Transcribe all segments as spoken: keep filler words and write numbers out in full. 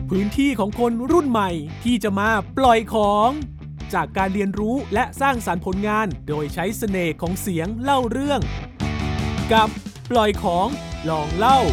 พื้นที่ของคนรุ่นใหม่ที่จะมาปล่อยของจากการเรียนรู้และสร้างสรรค์ผลงานโดยใช้เสน่ห์ของเสียงเล่าเรื่องกับปล่อยของลองเล่า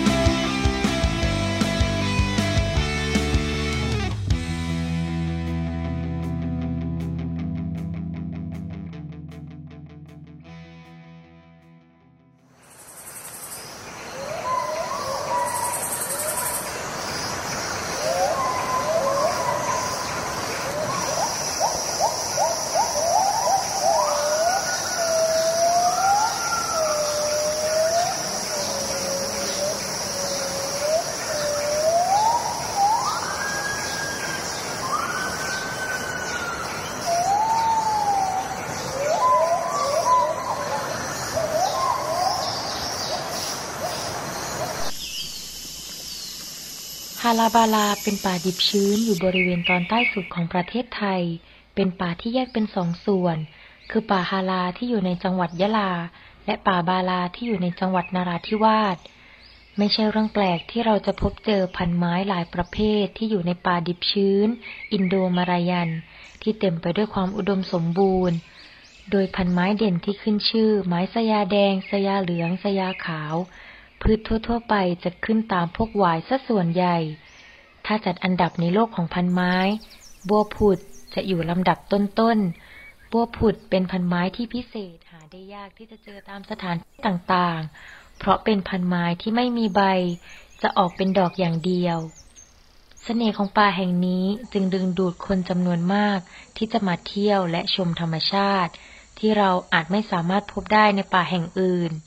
ฮาราบาลาเป็นป่าดิบชื้นอยู่บริเวณตอนใต้สุดของประเทศไทยเป็นป่าที่แยกเป็นสองส่วนคือป่าฮาราที่อยู่ในจังหวัดยะลาและป่าบาลาที่อยู่ในจังหวัดนราธิวาสไม่ใช่เรื่องแปลกที่เราจะพบเจอพันไม้หลายประเภทที่อยู่ในป่าดิบชื้นอินโดมาลายันที่เต็มไปด้วยความอุดมสมบูรณ์โดยพันไม้เด่นที่ขึ้นชื่อไม้สะยาแดงสะยาเหลืองสะยาขาวพืชทั่วๆไปจะขึ้นตามพวกหวายซะส่วนใหญ่ถ้าจัดอันดับในโลกของพันไม้บัวผุดจะอยู่ลำดับต้นๆบัวผุดเป็นพันไม้ที่พิเศษหาได้ยากที่จะเจอตามสถานที่ต่างๆเพราะเป็นพันไม้ที่ไม่มีใบจะออกเป็นดอกอย่างเดียวเสน่ห์ของป่าแห่งนี้จึงดึงดูดคนจำนวนมากที่จะมาเที่ยวและชมธรรมชาติที่เราอาจไม่สามารถพบได้ในป่าแห่งอื่น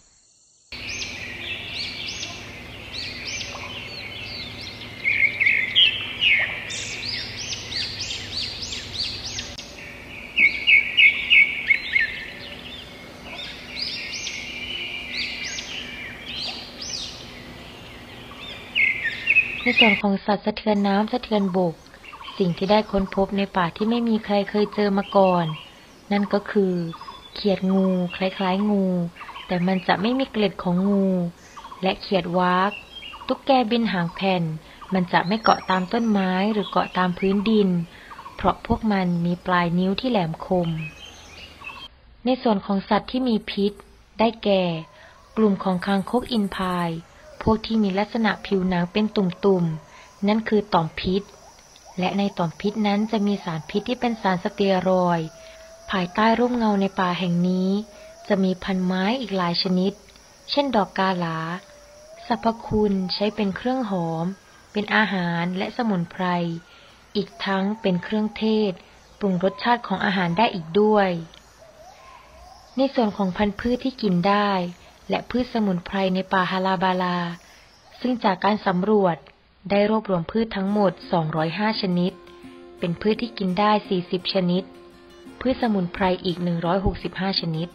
ในส่วนของสัตว์สะเทือนน้ำสะเทือนบกสิ่งที่ได้ค้นพบในป่าที่ไม่มีใครเคยเจอมาก่อนนั่นก็คือเขียดงูคล้ายๆงูแต่มันจะไม่มีเกล็ดของงูและเขียดวากตุ๊กแกบินหางแผ่นมันจะไม่เกาะตามต้นไม้หรือเกาะตามพื้นดินเพราะพวกมันมีปลายนิ้วที่แหลมคมในส่วนของสัตว์ที่มีพิษได้แก่กลุ่มของคางคกอินพายพวกที่มีลักษณะผิวหนังเป็นตุ่มๆนั่นคือต่อมพิษและในต่อมพิษนั้นจะมีสารพิษที่เป็นสารสเตียรอยด์ภายใต้ร่มเงาในป่าแห่งนี้จะมีพันไม้อีกหลายชนิดเช่นดอกกาหลาสรรพคุณใช้เป็นเครื่องหอมเป็นอาหารและสมุนไพรอีกทั้งเป็นเครื่องเทศปรุงรสชาติของอาหารได้อีกด้วยในส่วนของพันธุ์พืชที่กินได้และพืชสมุนไพรในป่าฮาราบาลาซึ่งจากการสำรวจได้รวบรวมพืชทั้งหมดสองร้อยห้าชนิดเป็นพืชที่กินได้สี่สิบชนิดพืชสมุนไพรอีกหนึ่งร้อยหกสิบห้าชนิด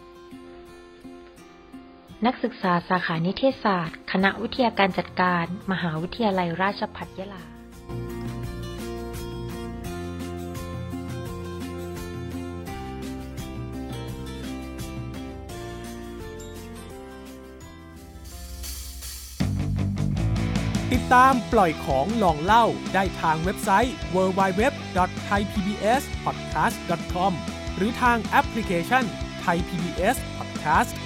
นักศึกษาสาขานิเทศศาสตร์คณะวิทยาการจัดการมหาวิทยาลัยราชภัฏยะลาติดตามปล่อยของลองเล่าได้ทางเว็บไซต์ ดับเบิลยู ดับเบิลยู ดับเบิลยู ดอท ไทย พี บี เอส พอดแคสต์ ดอท คอม หรือทางแอปพลิเคชัน Thai พี บี เอส Podcast